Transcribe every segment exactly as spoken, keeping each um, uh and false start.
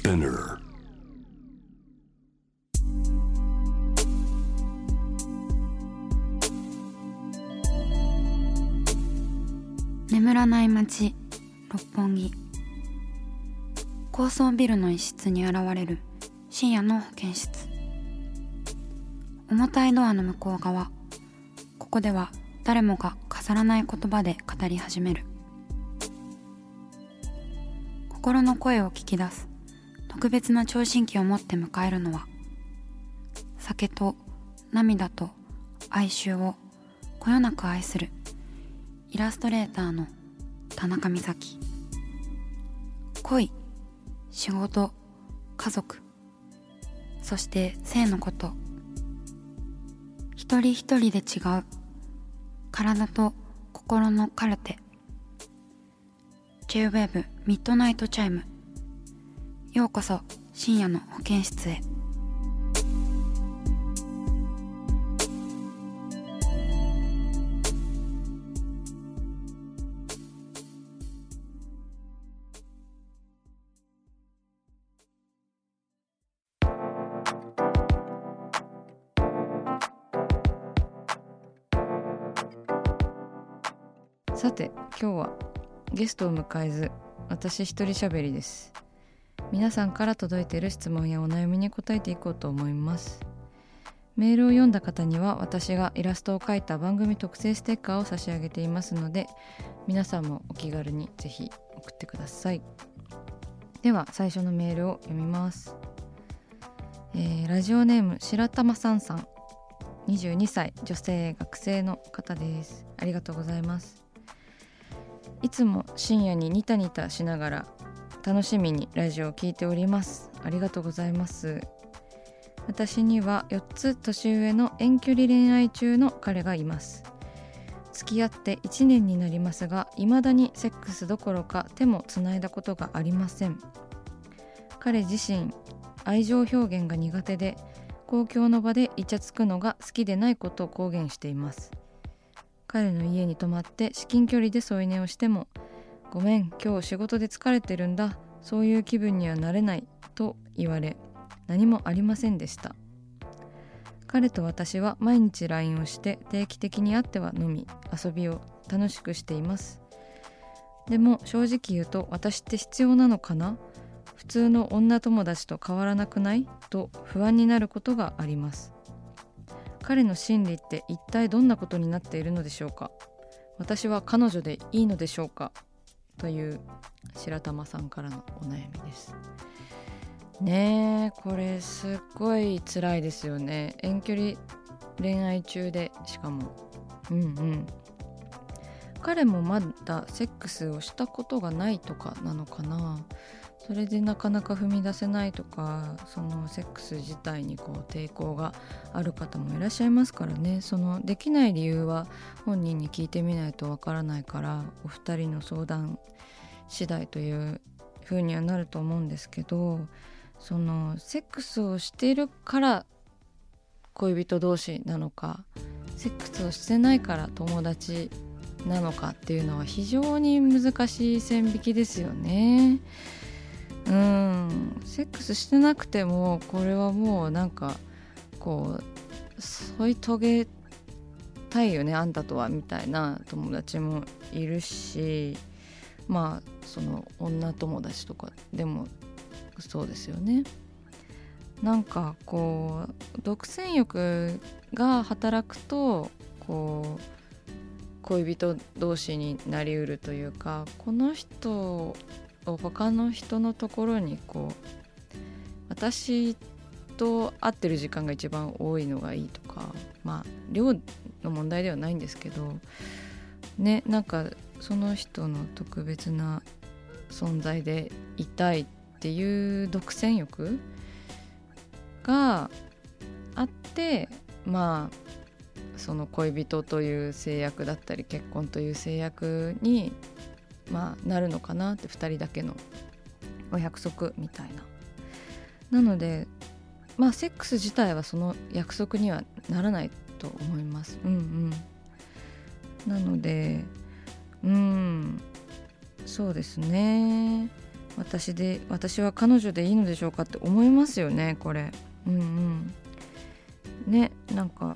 Spinner。 眠らない街六本木。高層ビルの一室に現れる深夜の保健室。重たいドアの向こう側、ここでは誰もが飾らない言葉で語り始める。心の声を聞き出す特別な聴診器を持って迎えるのは、酒と涙と哀愁をこよなく愛するイラストレーターの田中美咲。恋、仕事、家族、そして性のこと、一人一人で違う体と心のカルテ。 J-Wave ミッドナイトチャイム。ようこそ深夜の保健室へ。 さて今日はゲストを迎えず私一人喋りです。皆さんから届いている質問やお悩みに答えていこうと思います。メールを読んだ方には私がイラストを描いた番組特製ステッカーを差し上げていますので、皆さんもお気軽にぜひ送ってください。では最初のメールを読みます。えー、ラジオネーム白玉さんさん、にじゅうにさい女性学生の方です。ありがとうございます。いつも深夜にニタニタしながら楽しみにラジオを聞いております。ありがとうございます。私にはよっつ年上の遠距離恋愛中の彼がいます。付き合っていちねんになりますが、未だにセックスどころか手もつないだことがありません。彼自身愛情表現が苦手で、公共の場でイチャつくのが好きでないことを公言しています。彼の家に泊まって至近距離で添い寝をしても、ごめん今日仕事で疲れてるんだ、そういう気分にはなれないと言われ、何もありませんでした。彼と私は毎日 ライン をして定期的に会っては飲み遊びを楽しくしています。でも正直言うと、私って必要なのかな、普通の女友達と変わらなくないと不安になることがあります。彼の心理って一体どんなことになっているのでしょうか。私は彼女でいいのでしょうか、という白玉さんからのお悩みです。ねえ、これすっごい辛いですよね。遠距離恋愛中で、しかもうんうん彼もまだセックスをしたことがないとかなのかな。それでなかなか踏み出せないとか、そのセックス自体にこう抵抗がある方もいらっしゃいますからね。そのできない理由は本人に聞いてみないとわからないから、お二人の相談次第という風にはなると思うんですけど、そのセックスをしているから恋人同士なのか、セックスをしてないから友達なのかっていうのは非常に難しい線引きですよね。うん、セックスしてなくてもこれはもうなんかこう添い遂げたいよねあんたとはみたいな友達もいるし、まあその女友達とかでもそうですよね。なんかこう独占欲が働くとこう恋人同士になりうるというか、この人を他の人のところにこう私と会ってる時間が一番多いのがいいとか、まあ量の問題ではないんですけどね、なんかその人の特別な存在でいたいっていう独占欲があって、まあその恋人という制約だったり結婚という制約に、まあ、なるのかなって、ふたりだけのお約束みたいな。なのでまあセックス自体はその約束にはならないと思います。うんうん。なのでうんそうですね、 私で私は彼女でいいのでしょうかって思いますよねこれ。うんうんね、なんか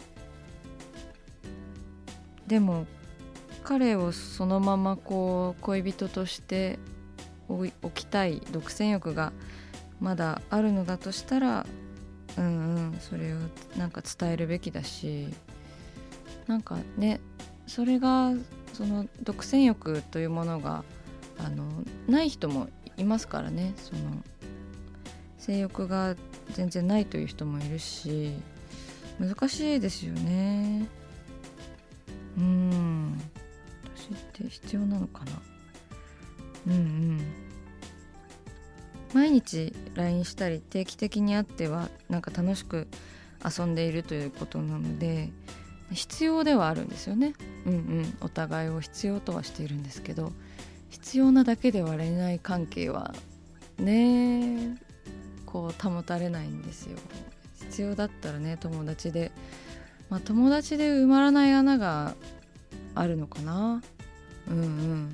でも彼をそのままこう恋人として置きたい独占欲がまだあるのだとしたら、うんうん、それをなんか伝えるべきだし、なんかね、それがその独占欲というものがあのない人もいますからね。その性欲が全然ないという人もいるし、難しいですよね。うーん、私って必要なのかな。うんうん。毎日 ライン したり定期的に会ってはなんか楽しく遊んでいるということなので必要ではあるんですよね。うんうん、お互いを必要とはしているんですけど、必要なだけでは恋愛関係はねこう保たれないんですよ。必要だったらね友達で、まあ、友達で埋まらない穴があるのかな。うんうん。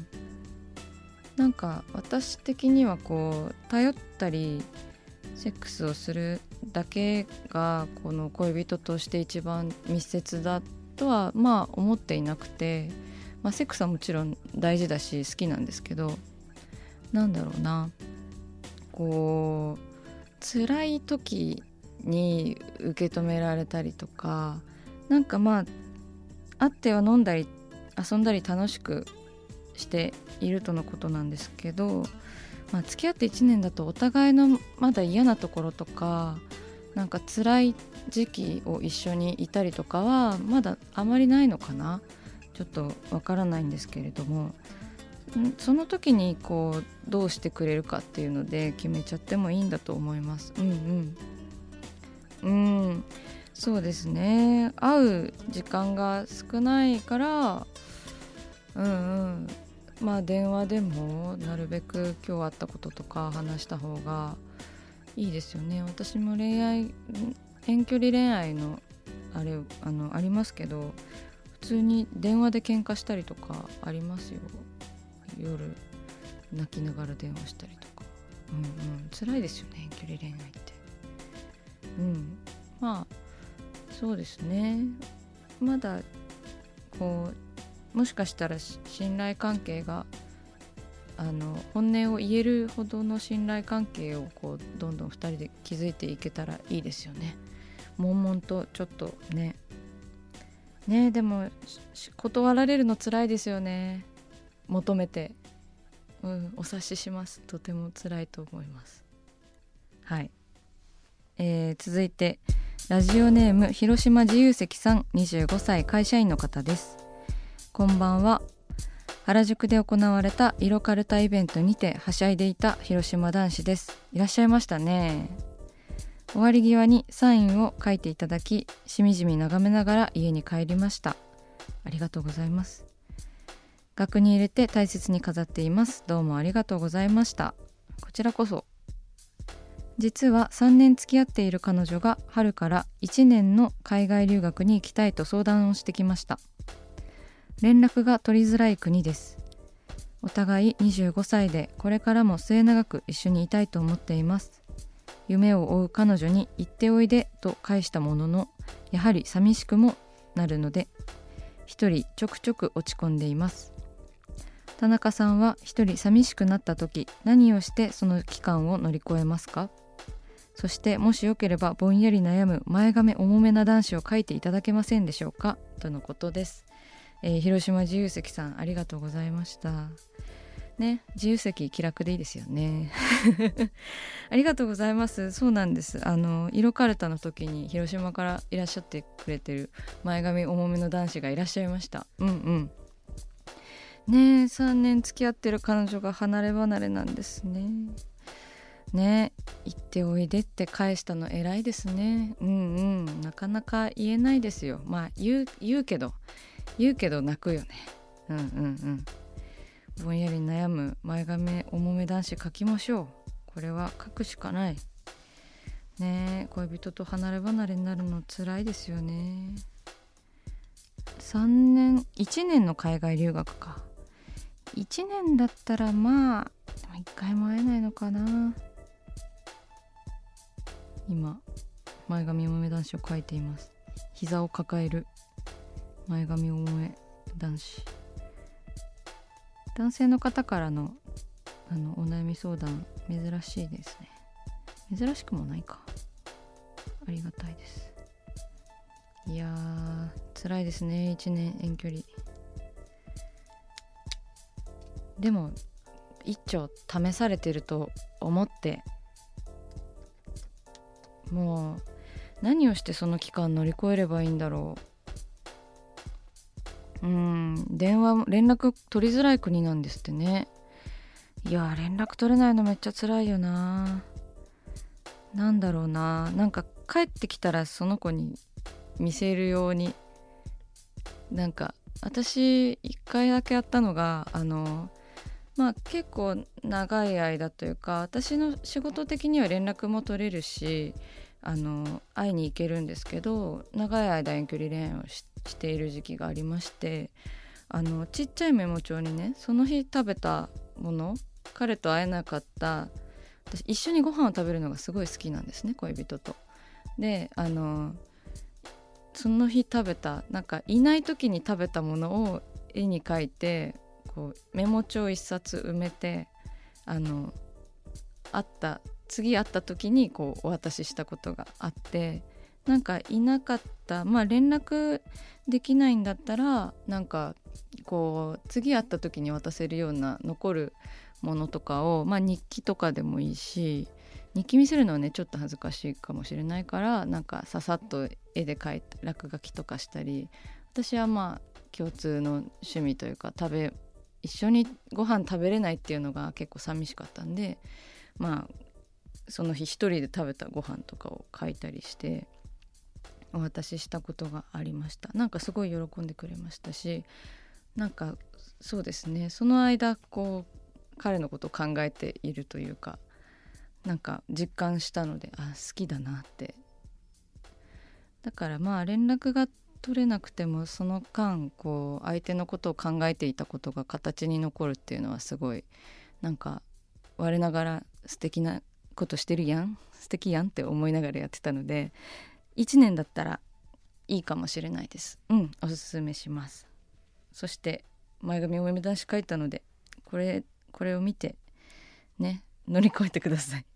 なんか私的にはこう頼ったりセックスをするだけがこの恋人として一番密接だとはまあ思っていなくて、まあ、セックスはもちろん大事だし好きなんですけど、なんだろうな、こう辛い時に受け止められたりとか、なんかまあ会っては飲んだり遊んだり楽しくしているとのことなんですけど、まあ、付き合っていちねんだとお互いのまだ嫌なところとかなんか辛い時期を一緒にいたりとかはまだあまりないのかな。ちょっとわからないんですけれども、その時にこうどうしてくれるかっていうので決めちゃってもいいんだと思います。うんうんうん、そうですね。会う時間が少ないからうんうんまあ電話でもなるべく今日あったこととか話した方がいいですよね。私も恋愛遠距離恋愛のあれあのありますけど、普通に電話で喧嘩したりとかありますよ。夜泣きながら電話したりとか、うんうん、辛いですよね遠距離恋愛って。うんまあそうですね。まだこうもしかしたら信頼関係があの本音を言えるほどの信頼関係をこうどんどんふたりで築いていけたらいいですよね。悶々とちょっとねねでも断られるの辛いですよね。求めて、うん、お察しします。とても辛いと思います。はい、えー、続いてラジオネーム広島自由席さん、にじゅうごさい会社員の方です。こんばんは。原宿で行われた色カルタイベントにてはしゃいでいた広島男子です。いらっしゃいましたね。終わり際にサインを書いていただき、しみじみ眺めながら家に帰りました。ありがとうございます。額に入れて大切に飾っています。どうもありがとうございました。こちらこそ。実はさんねん付き合っている彼女が春からいちねんの海外留学に行きたいと相談をしてきました。連絡が取りづらい国です。お互いにじゅうごさいでこれからも末永く一緒にいたいと思っています。夢を追う彼女に行っておいでと返したものの、やはり寂しくもなるので一人ちょくちょく落ち込んでいます。田中さんは一人寂しくなった時何をしてその期間を乗り越えますか？そしてもしよければぼんやり悩む前髪重めな男子を書いていただけませんでしょうか、とのことです。えー、広島自由席さんありがとうございましたね。自由席気楽でいいですよねありがとうございます。そうなんです。あの色カルタの時に広島からいらっしゃってくれてる前髪重めの男子がいらっしゃいました。うんうんねえ、さんねん付き合ってる彼女が離れ離れなんですね。ねえ、行っておいでって返したの偉いですね。うんうん、なかなか言えないですよ。まあ言う、言うけど言うけど泣くよね。うんうんうんぼんやり悩む前髪重め男子書きましょう。これは書くしかないね。え恋人と離れ離れになるの辛いですよね。さんねんいちねんの海外留学か。いちねんだったらまあ一回も会えないのかな。今前髪重め男子を描いています。膝を抱える前髪重め男子。男性の方からのあのお悩み相談珍しいですね。珍しくもないか。ありがたいです。いやー辛いですね、いちねん遠距離。でも一丁試されてると思って、もう何をしてその期間乗り越えればいいんだろう。うーん電話連絡取りづらい国なんですってね。いや連絡取れないのめっちゃ辛いよな。なんだろうな、なんか帰ってきたらその子に見せるように、なんか私一回だけやったのが、あのまあ結構長い間というか、私の仕事的には連絡も取れるし、あの会いに行けるんですけど、長い間遠距離恋愛を し, している時期がありまして、あのちっちゃいメモ帳にね、その日食べたもの、彼と会えなかった、私一緒にご飯を食べるのがすごい好きなんですね、恋人と。であのその日食べた、なんかいない時に食べたものを絵に描いて、こうメモ帳一冊埋めて、あの会った次会った時にこうお渡ししたことがあって、なんかいなかった、まあ連絡できないんだったら、なんかこう次会った時に渡せるような残るものとかを、まあ日記とかでもいいし、日記見せるのはねちょっと恥ずかしいかもしれないから、なんかささっと絵で描いて落書きとかしたり、私はまあ共通の趣味というか、食べ一緒にご飯食べれないっていうのが結構寂しかったんで、まあその日一人で食べたご飯とかを書いたりしてお渡ししたことがありました。なんかすごい喜んでくれましたし、なんかそうですね、その間こう彼のことを考えているというか、なんか実感したので、あ好きだなって。だからまあ連絡が取れなくても、その間こう相手のことを考えていたことが形に残るっていうのはすごい、なんか我ながら素敵なことしてるやん、素敵やんって思いながらやってたので、いちねんだったらいいかもしれないです。うんおすすめします。そして前髪を目出し書いたので、これこれを見てね乗り越えてください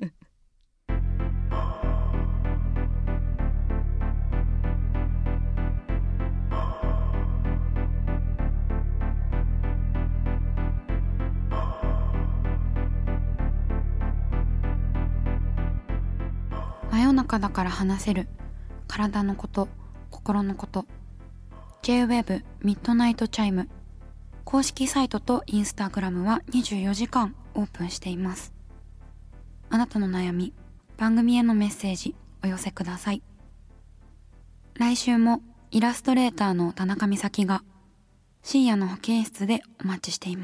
真夜中だから話せる体のこと、心のこと。 J-ウェブ ミッドナイトチャイム公式サイトとインスタグラムはにじゅうよじかんオープンしています。あなたの悩み、番組へのメッセージお寄せください。来週もイラストレーターの田中美咲が深夜の保健室でお待ちしています。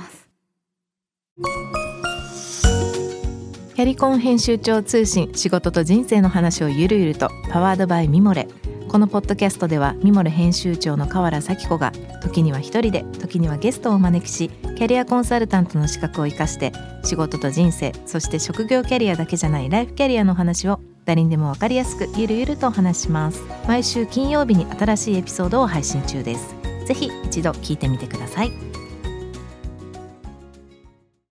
キャリコン編集長通信、仕事と人生の話をゆるゆると、パワードバイミモレ。このポッドキャストではミモレ編集長の河原咲子が時には一人で、時にはゲストをお招きし、キャリアコンサルタントの資格を生かして仕事と人生、そして職業キャリアだけじゃないライフキャリアの話を誰にでも分かりやすくゆるゆるとお話します。毎週金曜日に新しいエピソードを配信中です。ぜひ一度聞いてみてください。